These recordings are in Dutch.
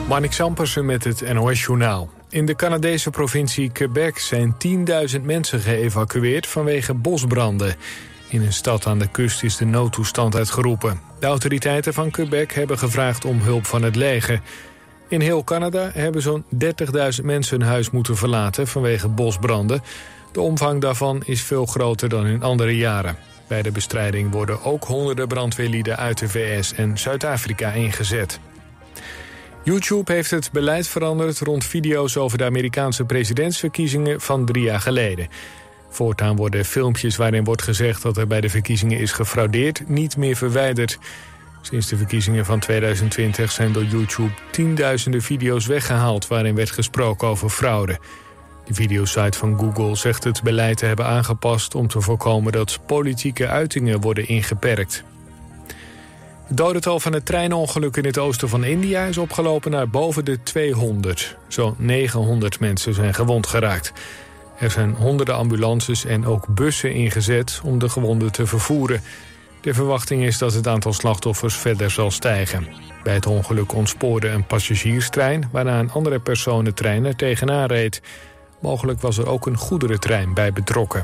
Marnik Sampersen met het NOS-journaal. In de Canadese provincie Quebec zijn 10.000 mensen geëvacueerd vanwege bosbranden. In een stad aan de kust is de noodtoestand uitgeroepen. De autoriteiten van Quebec hebben gevraagd om hulp van het leger. In heel Canada hebben zo'n 30.000 mensen hun huis moeten verlaten vanwege bosbranden. De omvang daarvan is veel groter dan in andere jaren. Bij de bestrijding worden ook honderden brandweerlieden uit de VS en Zuid-Afrika ingezet. YouTube heeft het beleid veranderd rond video's over de Amerikaanse presidentsverkiezingen van 3 jaar geleden. Voortaan worden filmpjes waarin wordt gezegd dat er bij de verkiezingen is gefraudeerd niet meer verwijderd. Sinds de verkiezingen van 2020 zijn door YouTube tienduizenden video's weggehaald waarin werd gesproken over fraude. De videosite van Google zegt het beleid te hebben aangepast om te voorkomen dat politieke uitingen worden ingeperkt. Het dodental van het treinongeluk in het oosten van India is opgelopen naar boven de 200. Zo'n 900 mensen zijn gewond geraakt. Er zijn honderden ambulances en ook bussen ingezet om de gewonden te vervoeren. De verwachting is dat het aantal slachtoffers verder zal stijgen. Bij het ongeluk ontspoorde een passagierstrein waarna een andere personentrein er tegenaan reed. Mogelijk was er ook een goederentrein bij betrokken.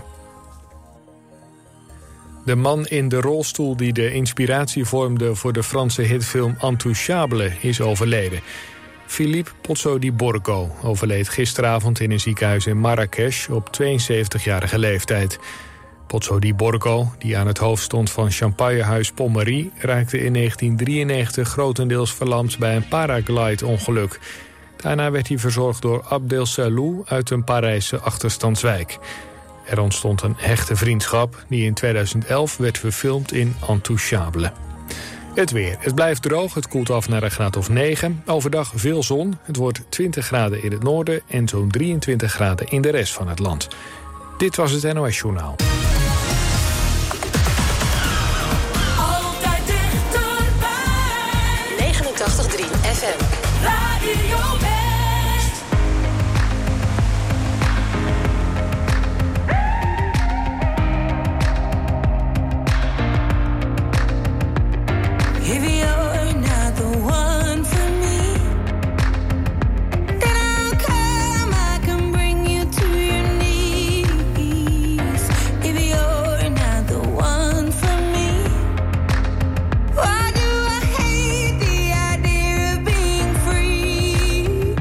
De man in de rolstoel die de inspiratie vormde voor de Franse hitfilm Intouchable is overleden. Philippe Pozzo di Borgo overleed gisteravond in een ziekenhuis in Marrakesh op 72-jarige leeftijd. Pozzo di Borgo, die aan het hoofd stond van champagnehuis Pommery, raakte in 1993 grotendeels verlamd bij een paraglide-ongeluk. Daarna werd hij verzorgd door Abdel Salou uit een Parijse achterstandswijk. Er ontstond een hechte vriendschap die in 2011 werd verfilmd in Intouchable. Het weer. Het blijft droog, het koelt af naar een graad of 9. Overdag veel zon, het wordt 20 graden in het noorden en zo'n 23 graden in de rest van het land. Dit was het NOS Journaal. Altijd dichterbij. 89.3 FM. Radio West. If you're not the one for me, then I'll come, I can bring you to your knees. If you're not the one for me, why do I hate the idea of being free?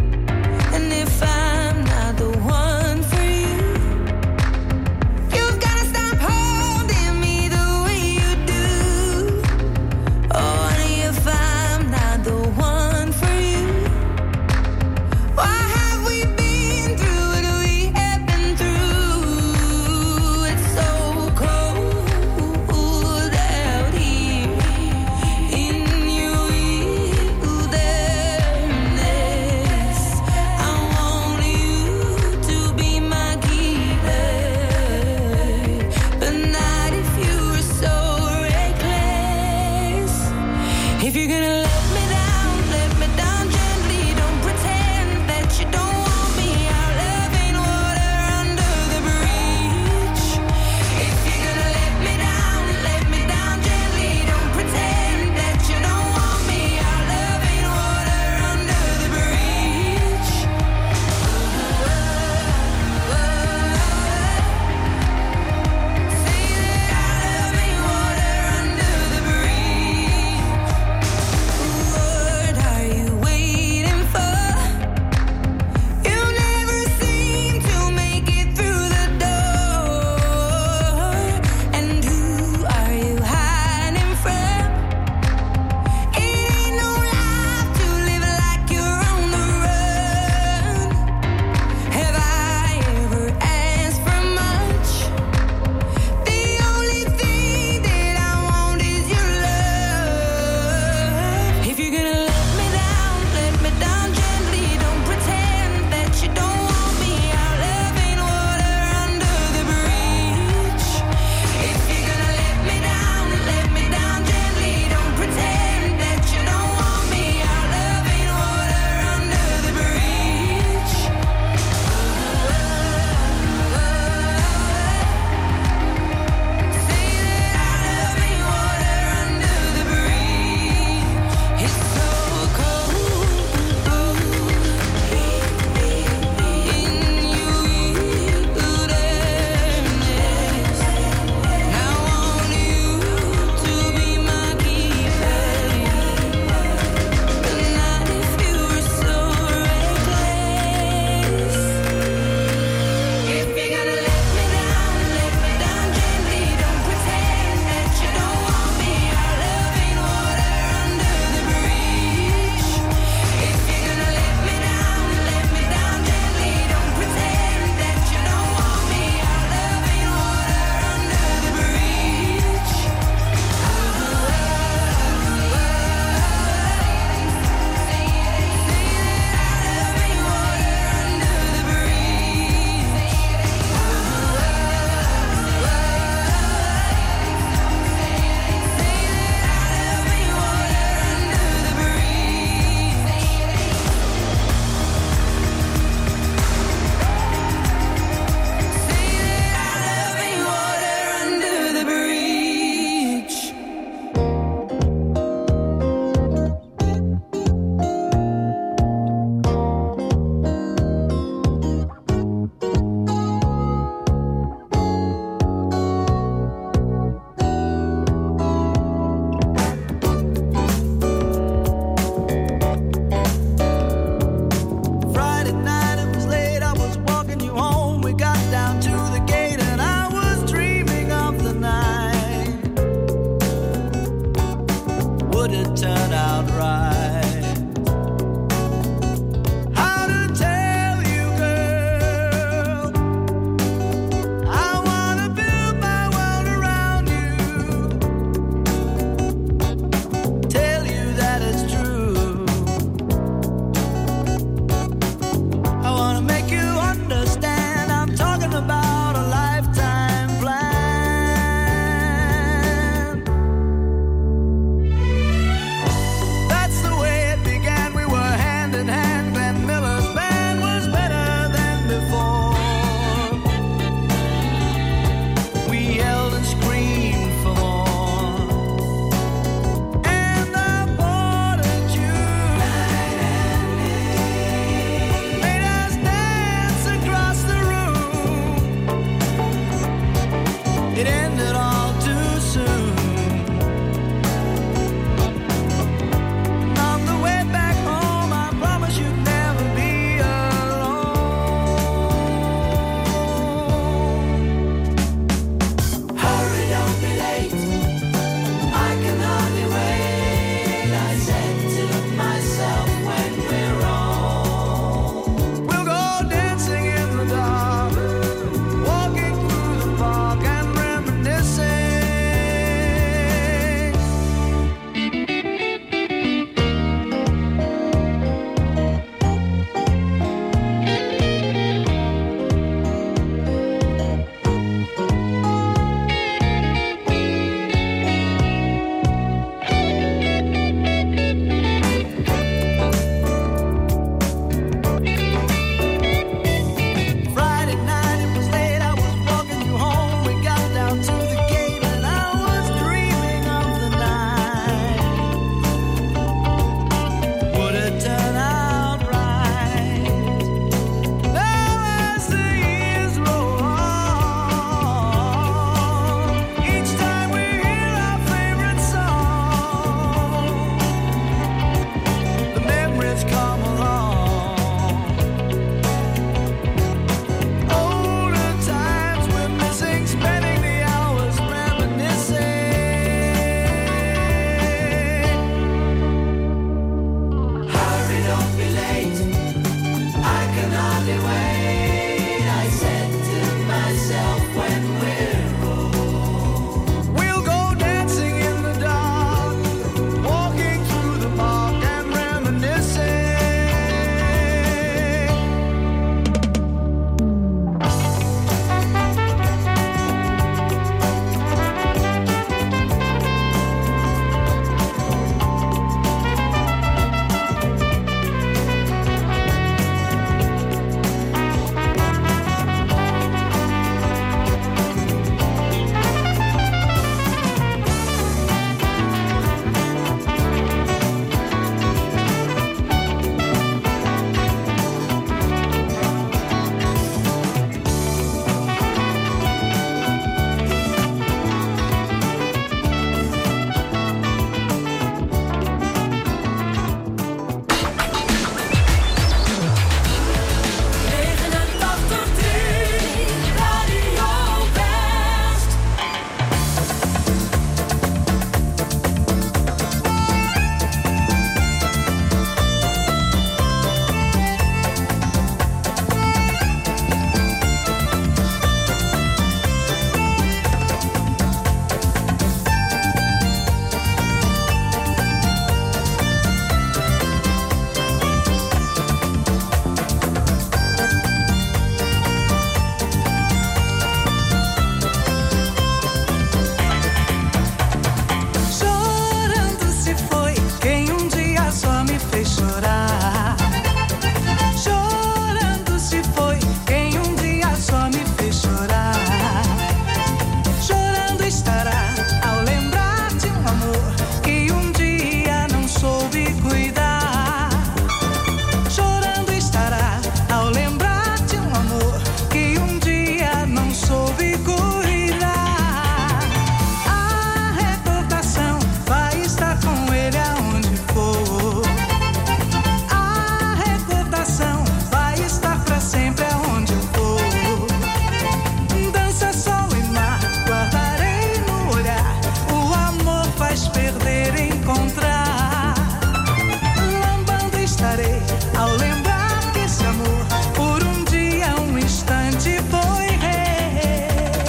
ao lembrar que esse amor por um dia, um instante foi rei.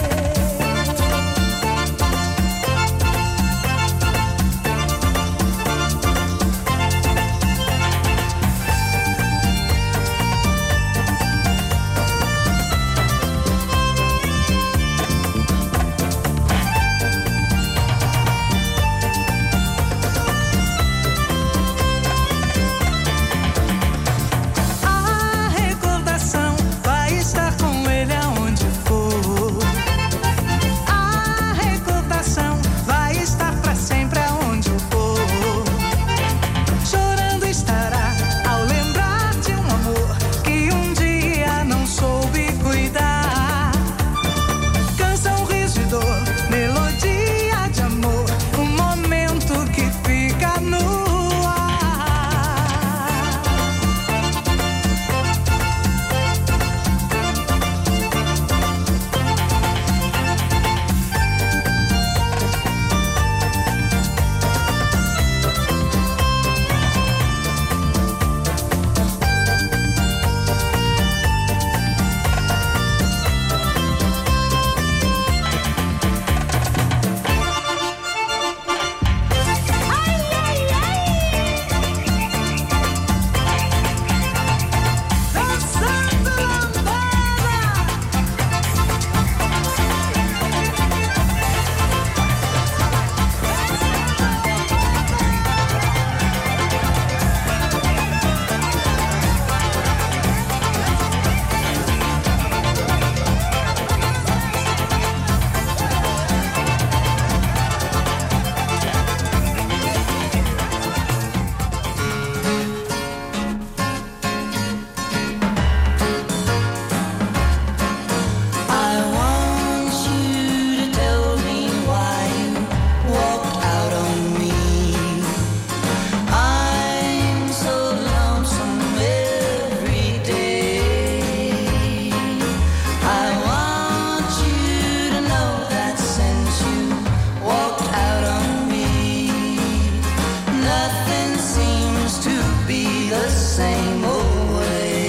A recordação vai estar com ele aonde for. A recordação vai estar pra sempre aonde for. Chorando estará ao lembrar de um amor que um dia não soube cuidar. Canção, riso e dor, melodia de amor, um momento que fica no ar. Dançando lambada. I want you to tell me why you walked out on me. I'm so lonesome every day. I want you to know that since you walked out on me, nothing seems to be the same old way.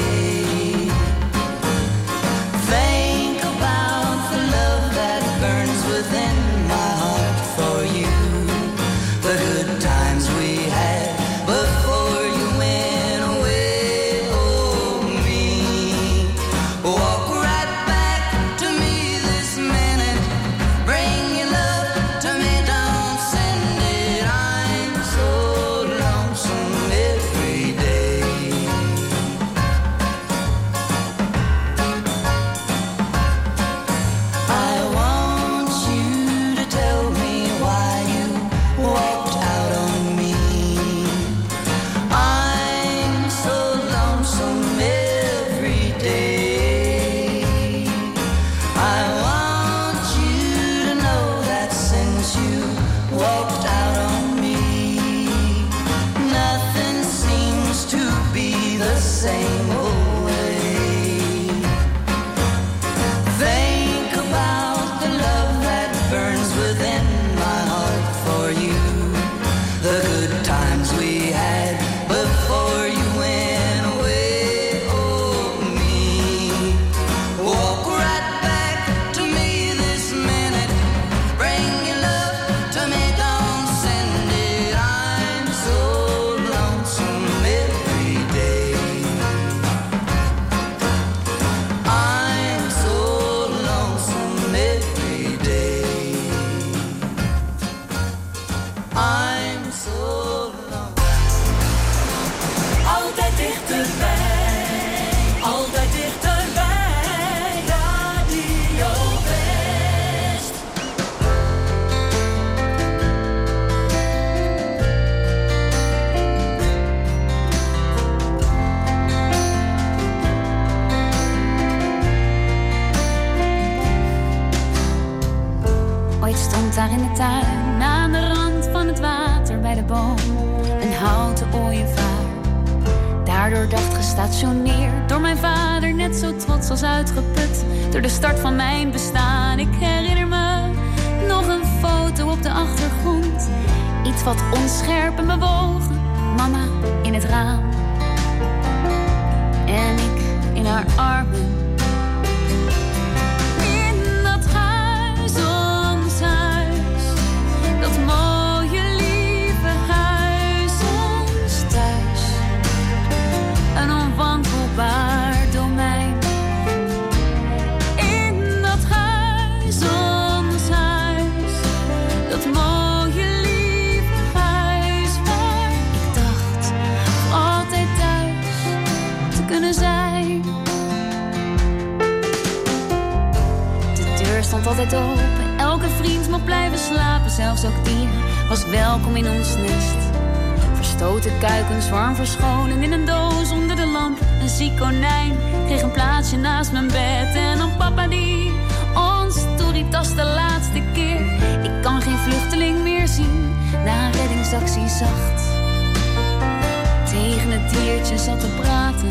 Think about the love that burns within my heart for you. The good times we had before you went away. Oh, me. Walk right back to me this minute. Bring your love to me, don't send it. I'm so lonesome every day. I want you to tell me why you walked out on me. I'm so lonesome every day. I want you to know that since you walked out on me, nothing seems to be the same old way. Think about the love that burns within my heart for you. The good times we had before you went away. Oh, me. Walk right back to me this minute. Bring your love to me, don't send it. I'm so lonesome every day. I'm so lonesome every day. I'm so lonesome. Altijd dichterbij, altijd dichterbij. Radio West. Ooit stond daar in de tuin, aan de rand van het water bij de boom, een houten ooievaar. Daardoor dacht gestationeerd, door mijn vader net zo trots als uitgeput. Door de start van mijn bestaan, ik herinner me nog een foto op de achtergrond. Iets wat onscherp en bewogen, mama in het raam. stond altijd open. Elke vriend mocht blijven slapen, zelfs ook dier was welkom in ons nest. Verstoten kuikens warm verscholen in een doos onder de lamp. Een ziek konijn kreeg een plaatsje naast mijn bed. En dan papa die ons toerietast de laatste keer. Ik kan geen vluchteling meer zien, na een reddingsactie zacht tegen het diertje zat te praten.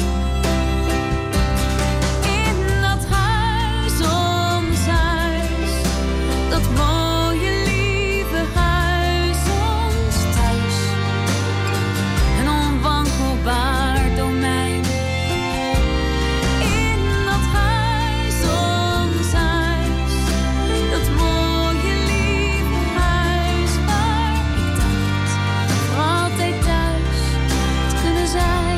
In dat huis, ons huis, dat mooie lieve huis, ons thuis. Een onwankelbaar domein. In dat huis, ons huis, dat mooie lieve huis, waar ik dacht voor altijd thuis te kunnen zijn.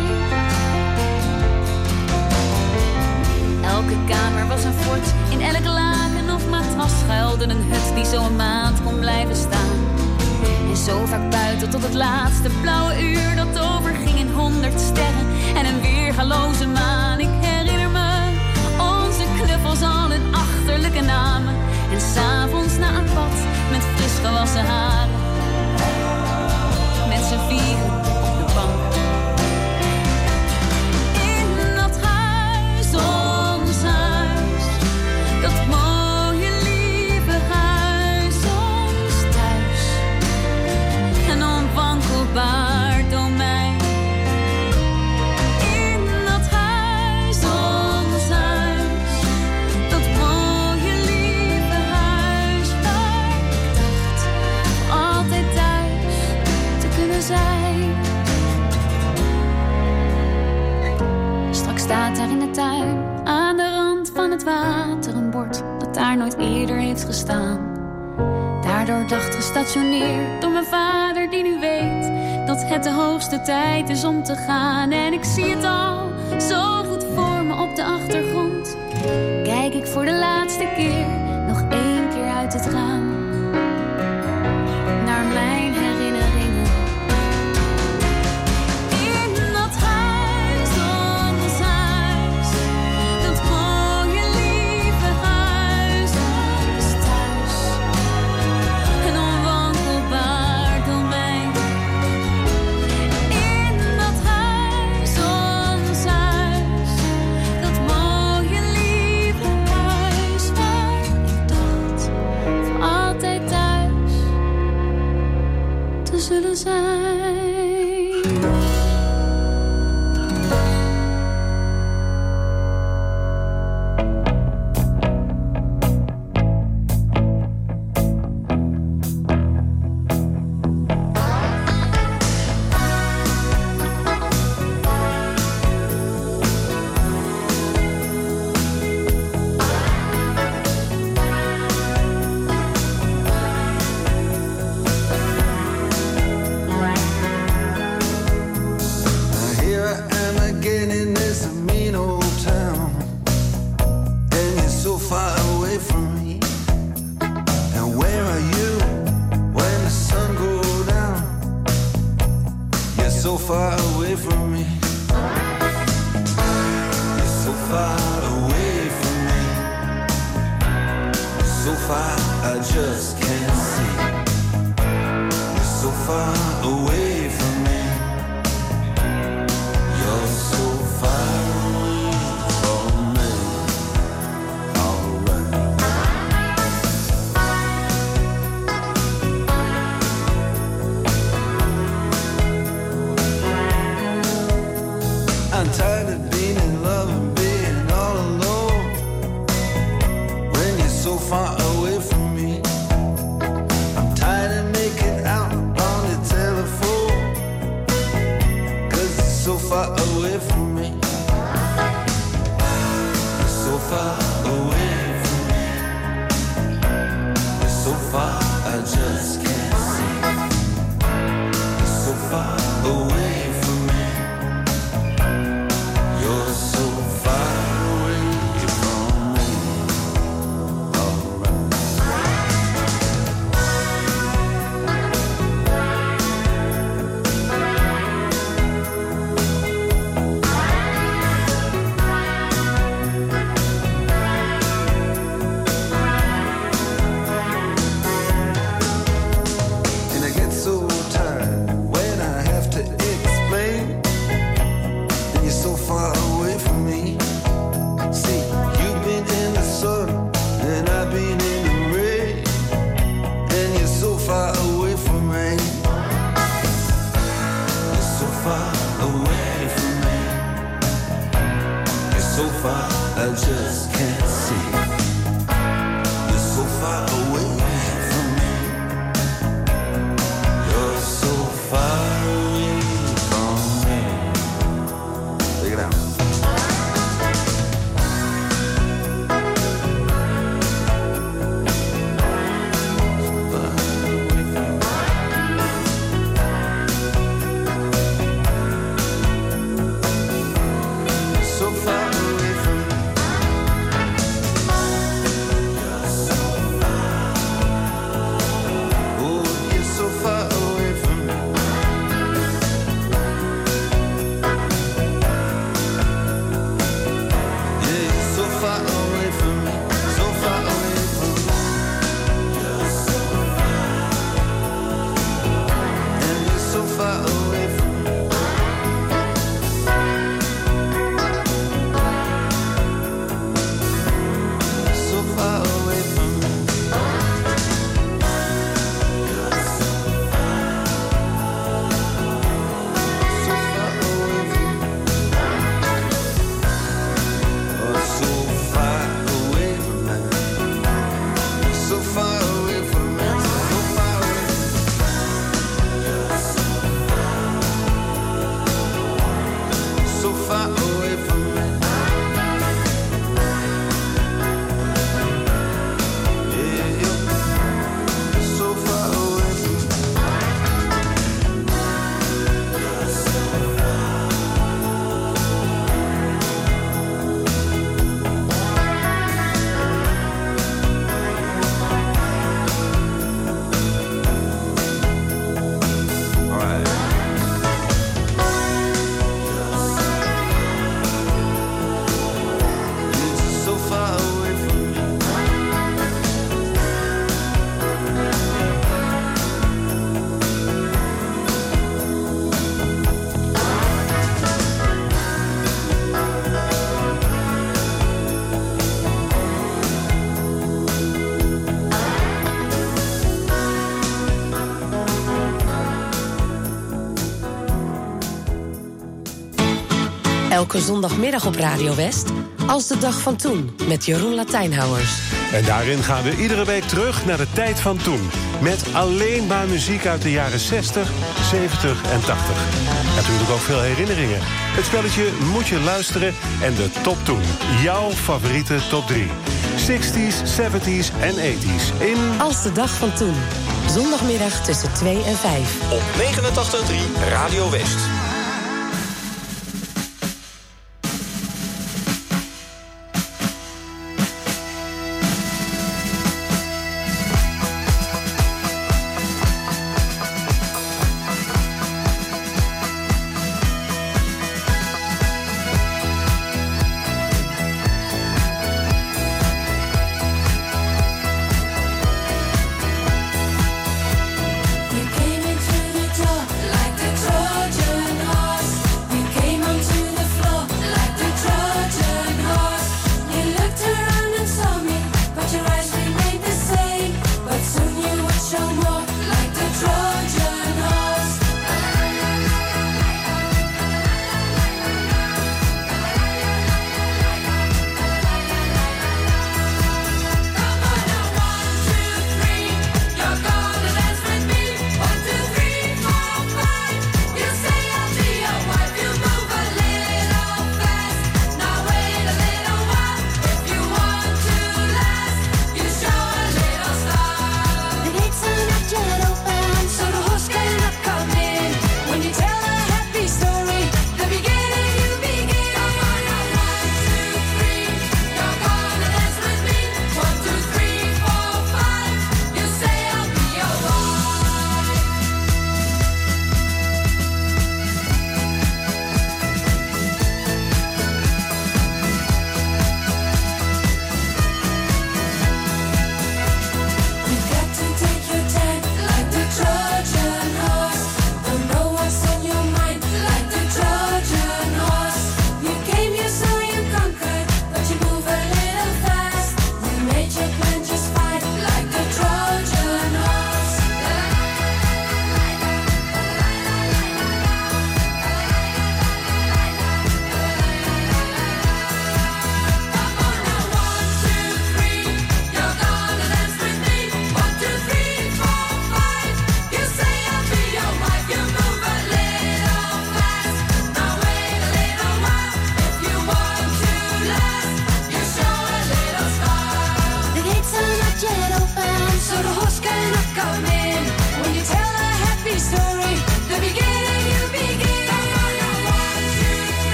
Elke kamer was een fort, in elk laken of matras schuilde een hut die zo een maand kon blijven staan. En zo vaak buiten tot het laatste blauwe uur dat overging in 100 sterren en een weergaloze maan. Ik herinner me onze knuffels al hun achterlijke namen. En 's avonds na een bad met fris gewassen haren, met z'n vieren op de bank. In dat huis, ons huis, dat mooie lieve huis, ons thuis. Een onwankelbaar domein. In dat huis, ons huis, dat mooie lieve huis, waar ik dacht voor altijd thuis te kunnen zijn. Straks staat daar in de tuin, aan de rand van het water, een bord dat daar nooit eerder heeft gestaan. Daardoor dacht gestationeerd door mijn vader die nu weet dat het de hoogste tijd is om te gaan. En ik zie het al zo goed voor me op de achtergrond. Kijk ik voor de laatste keer nog 1 keer uit het raam naar mijn herinneringen. In dat huis, ons huis, dat mooie lieve huis, ons thuis. Een onwankelbaar domein. In dat huis, ons huis, dat mooie lieve huis, waar ik dacht voor altijd thuis te zullen zijn. Here I am again in this mean old town, and you're so far away from me. And where are you when the sun goes down? You're so far away from me. You're so far away from me. So far I just can't see. You're so far away from me. You're so far away from me. Alright. I'm tired of being in love and being all alone when you're so far away from me. I'm tired of making out on the telephone, 'cause it's so far away from me. You're so far away from me. You're so far I just can't see. You're so far away from me. You're so far away from me. Alright. so far away from me. See, you've been in the sun and I've been in the rain, and you're so far away from me. You're so far away from me. You're so far, I just can't see. You're so far away from me. You're so far away from me. Take it out. So far away from me. Oh, you're so far away from me. Yeah, you're so far away from me. So far away from me. And you're so far away from me. So far away from me. So far away from me. Oh, so far away from me. So far away from me. So far away from me. So far away from me. Yeah, you're so far away from me. All right. You're just so far away from me. Elke zondagmiddag op Radio West, Als de dag van toen, met Jeroen Latijnhouwers. En daarin gaan we iedere week terug naar de tijd van toen. Met alleen maar muziek uit de jaren 60, 70 en 80. Natuurlijk ook veel herinneringen. Het spelletje Moet je luisteren en de top toen. Jouw favoriete top 3. 60s, 70s en 80s in... Als de dag van toen. Zondagmiddag tussen 2 en 5. Op 89.3 Radio West. You came into the door like the Trojan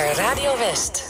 naar Radio West.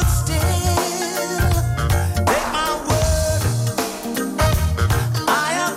I am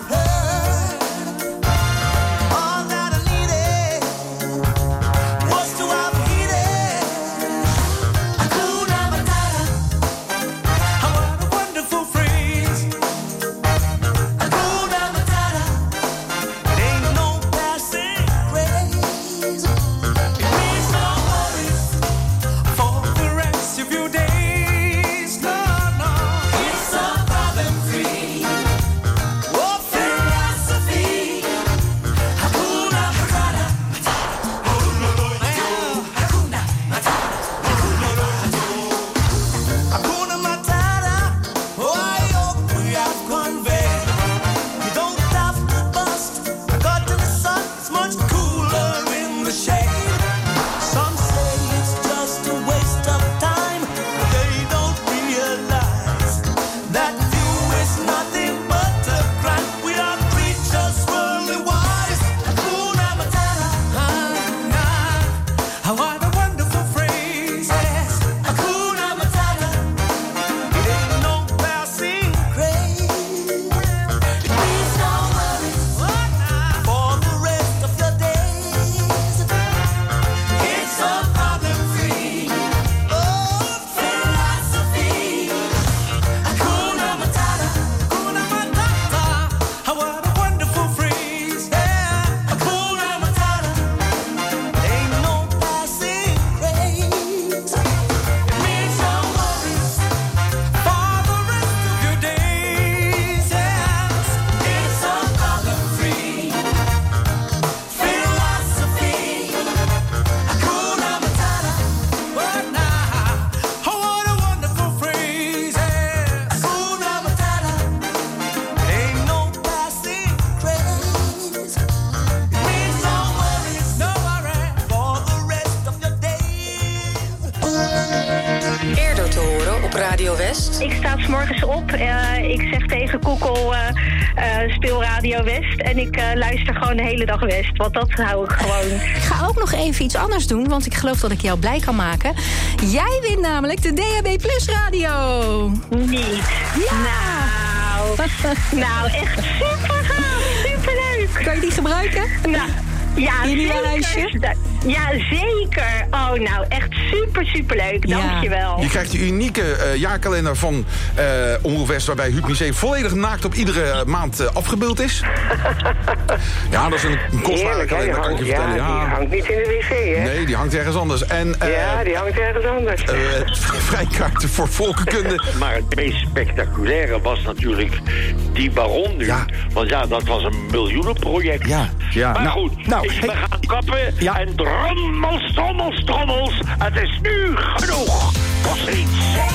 West? Ik sta 's morgens op. Ik zeg tegen Koekel, speel Radio West. En ik luister gewoon de hele dag West. Want dat hou ik gewoon. Ik ga ook nog even iets anders doen, want ik geloof dat ik jou blij kan maken. Jij wint namelijk de DHB Plus radio. Niet. Ja! Nou, echt super gaaf. Superleuk. Kan je die gebruiken? Nou, ja, in je zeker. huisje? Ja, zeker. Oh, nou, echt superleuk. Dankjewel. Je krijgt de unieke jaarkalender van Omroep West, waarbij Huub Museum volledig naakt op iedere maand afgebeeld is. Ja, dat is een kostbare kalender, kan ik je vertellen. Die hangt niet in de wc, hè? Nee, die hangt ergens anders. En, die hangt ergens anders. Vrijkaarten voor volkenkunde. Maar het meest spectaculaire was natuurlijk die baron nu. Ja. Want ja, dat was een miljoenenproject. Ja. Maar goed, we gaan kappen. Ja. En trommels, trommels, trommels. Het is nu genoeg. Tot ziens.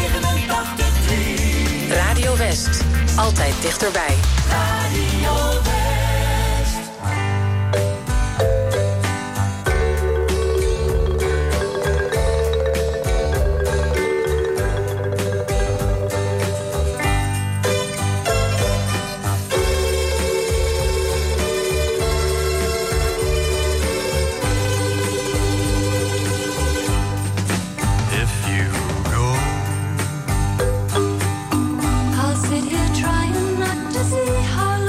Radio West. Altijd dichterbij. Radio West. I'll sit here trying not to see how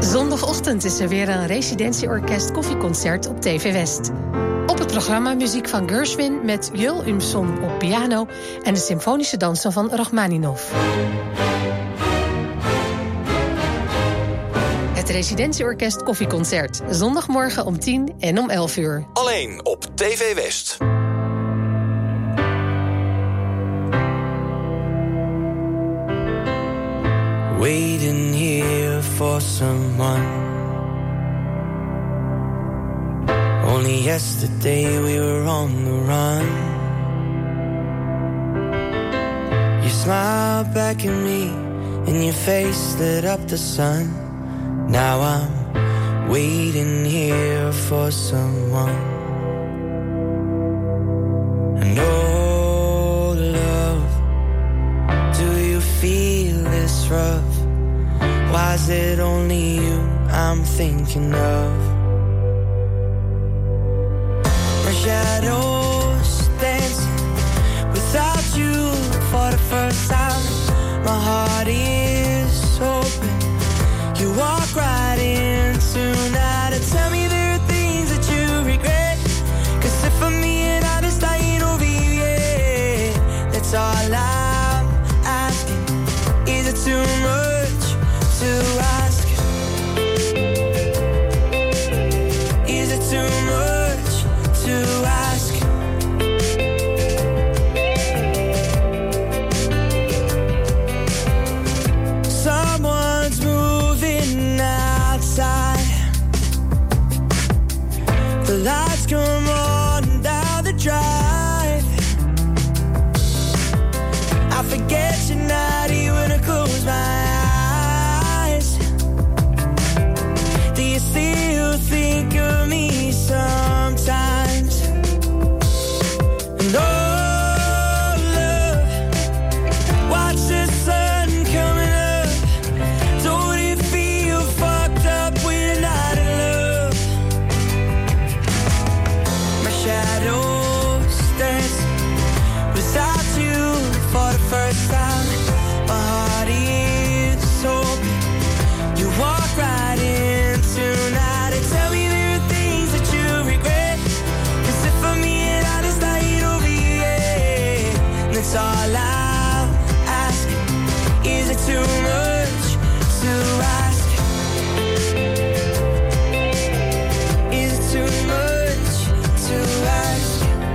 Zondagochtend is er weer een residentieorkest koffieconcert op TV West. Op het programma muziek van Gershwin met Jul Umson op piano en de symfonische dansen van Rachmaninov. Het residentieorkest koffieconcert. Zondagmorgen om 10 en om 11 uur. Alleen op TV West. Waiting here for someone. Only yesterday we were on the run. You smiled back at me and your face lit up the sun. Now I'm waiting here for someone. And oh love, do you feel this rough? Why is it only you I'm thinking of? My shadows dancing without you for the first time. My heart is open. You walk right in tonight and tell me there are things that you regret. 'Cause if I'm being honest, I ain't over you yet. That's all I'm asking. Is it too much to ask? Is it too much to ask? Someone's moving outside. The lights come on down the drive. I forget you're not here when I close my eyes. Do you still think of me sometimes? And oh, love, watch the sun coming up. Don't it feel fucked up when you're not in love? My shadows dance without you for the first time. My heart is open. You walk right in tonight and tell me there are things that you regret. 'Cause if I'm being honest, I ain't over you yet. That's all I'm asking. Is it too much to ask? Is it too much to ask?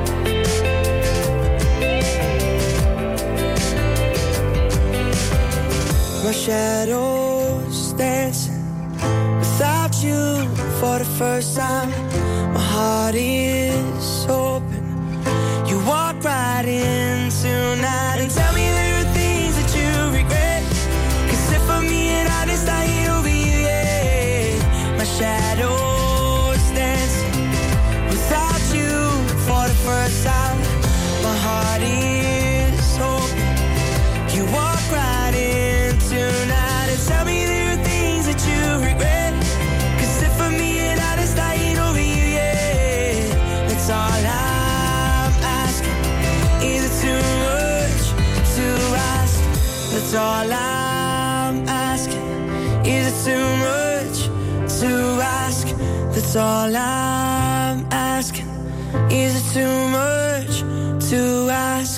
My shadows dancing without you for the first time. My heart is open. You walk right in tonight and tell me there are things that you regret. 'Cause if I'm being honest, I ain't over you yet. My shadows dancing without you for the first time. My heart is open. You walk right in tonight and tell me there are things that you regret. 'Cause if I'm being honest, I ain't over you yet. That's all I'm asking. Is it too much to ask? That's all I'm asking. Is it too much to ask? That's all I'm asking. Is it too much to ask?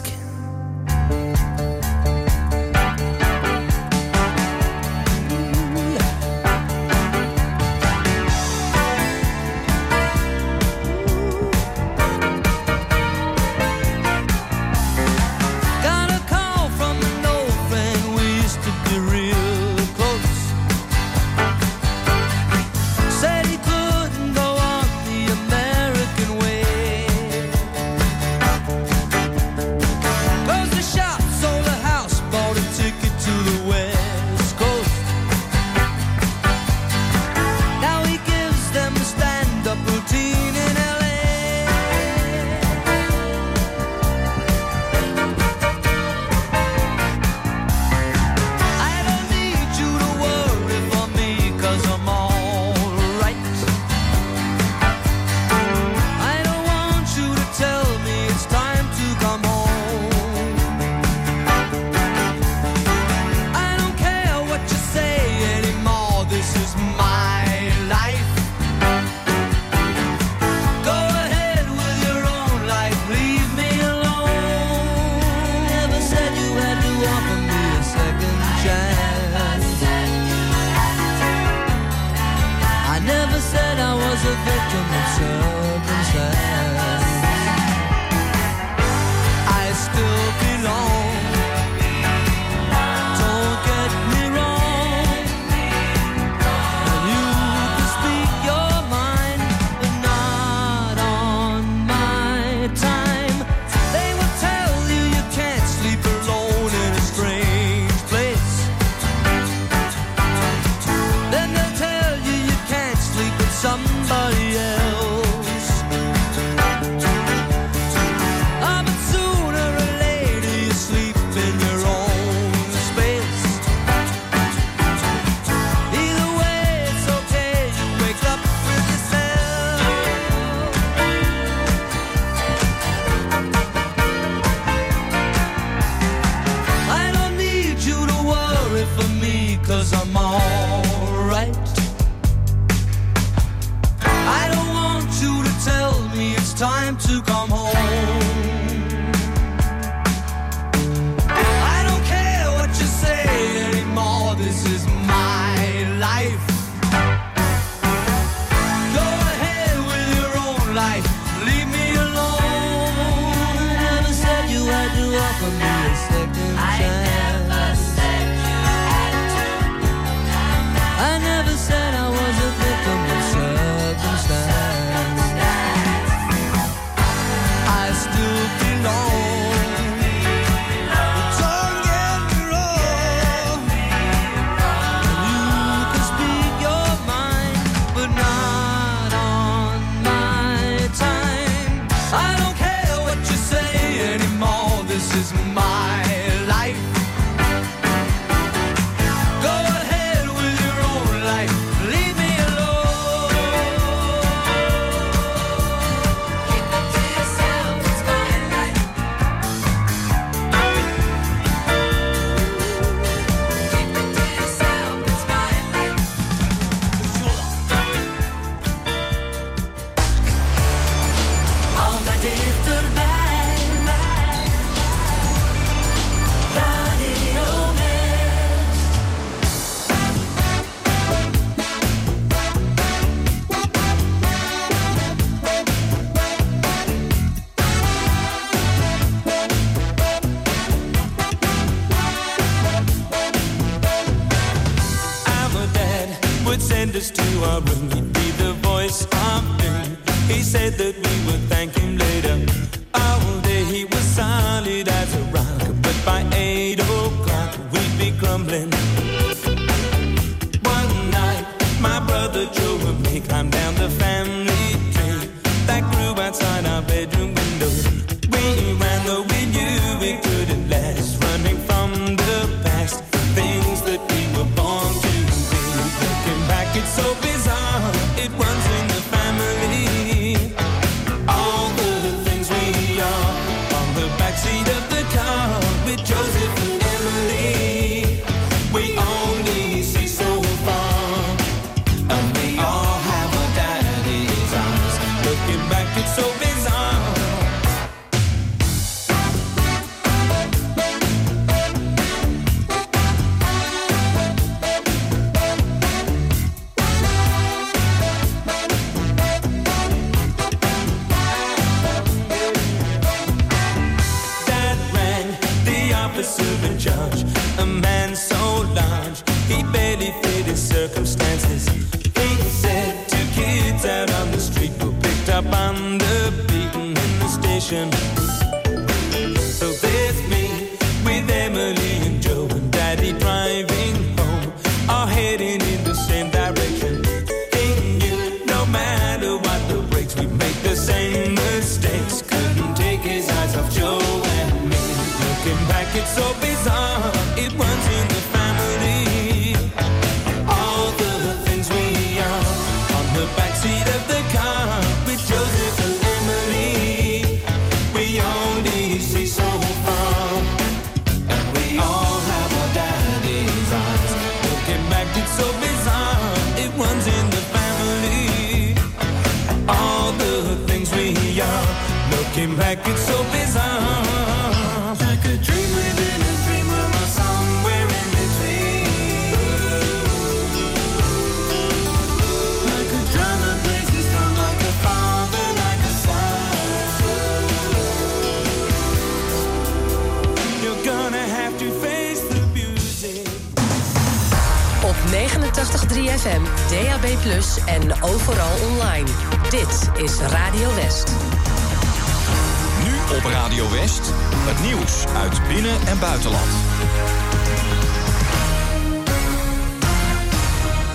Got a call from an old friend, we used to be real close. Said he couldn't go on the American way. was a victim of circumstance. I still belong. Don't get me wrong. And you can speak your mind, but not on my time. They will tell you you can't sleep alone in a strange place. Then they'll tell you you can't sleep with somebody else. Ah, but sooner or later you sleep in your own space. Either way, it's okay, you wake up with yourself. I don't need you to worry for me, 'cause I'm alright. I don't want you to tell me it's time to come home. I don't care what you say anymore, this is my life. Go ahead with your own life, leave me alone. Never said you had to offer me a second chance. I never said I was a victim of circumstance. I still belong. Don't get me wrong. You can speak your mind, but not on my time. I don't care what you say anymore, this is my life. Go ahead with your own life, leave me alone. Keep it to yourself, it's my life. Keep it to yourself, it's my life. Altijd dichterbij. Radio West. Our dad would send us to our room. He'd be the voice of doom. He said that we would thank him later. All day he was solid as a rock, but by 8 o'clock we'd be crumbling. One night, my brother Joe and me climbed down the family tree that grew outside our bedroom window. We ran though we knew we couldn't last, running from the past, things that we were born to be. Looking back, it's so bizarre, it runs in the family. All the things we are on the backseat of the car with Joseph and Emily. We only see so far, and we all have a daddy's eyes. Looking back, it's so bizarre. 90.3 FM, DAB+, en overal online. Dit is Radio West. Nu op Radio West, het nieuws uit binnen- en buitenland.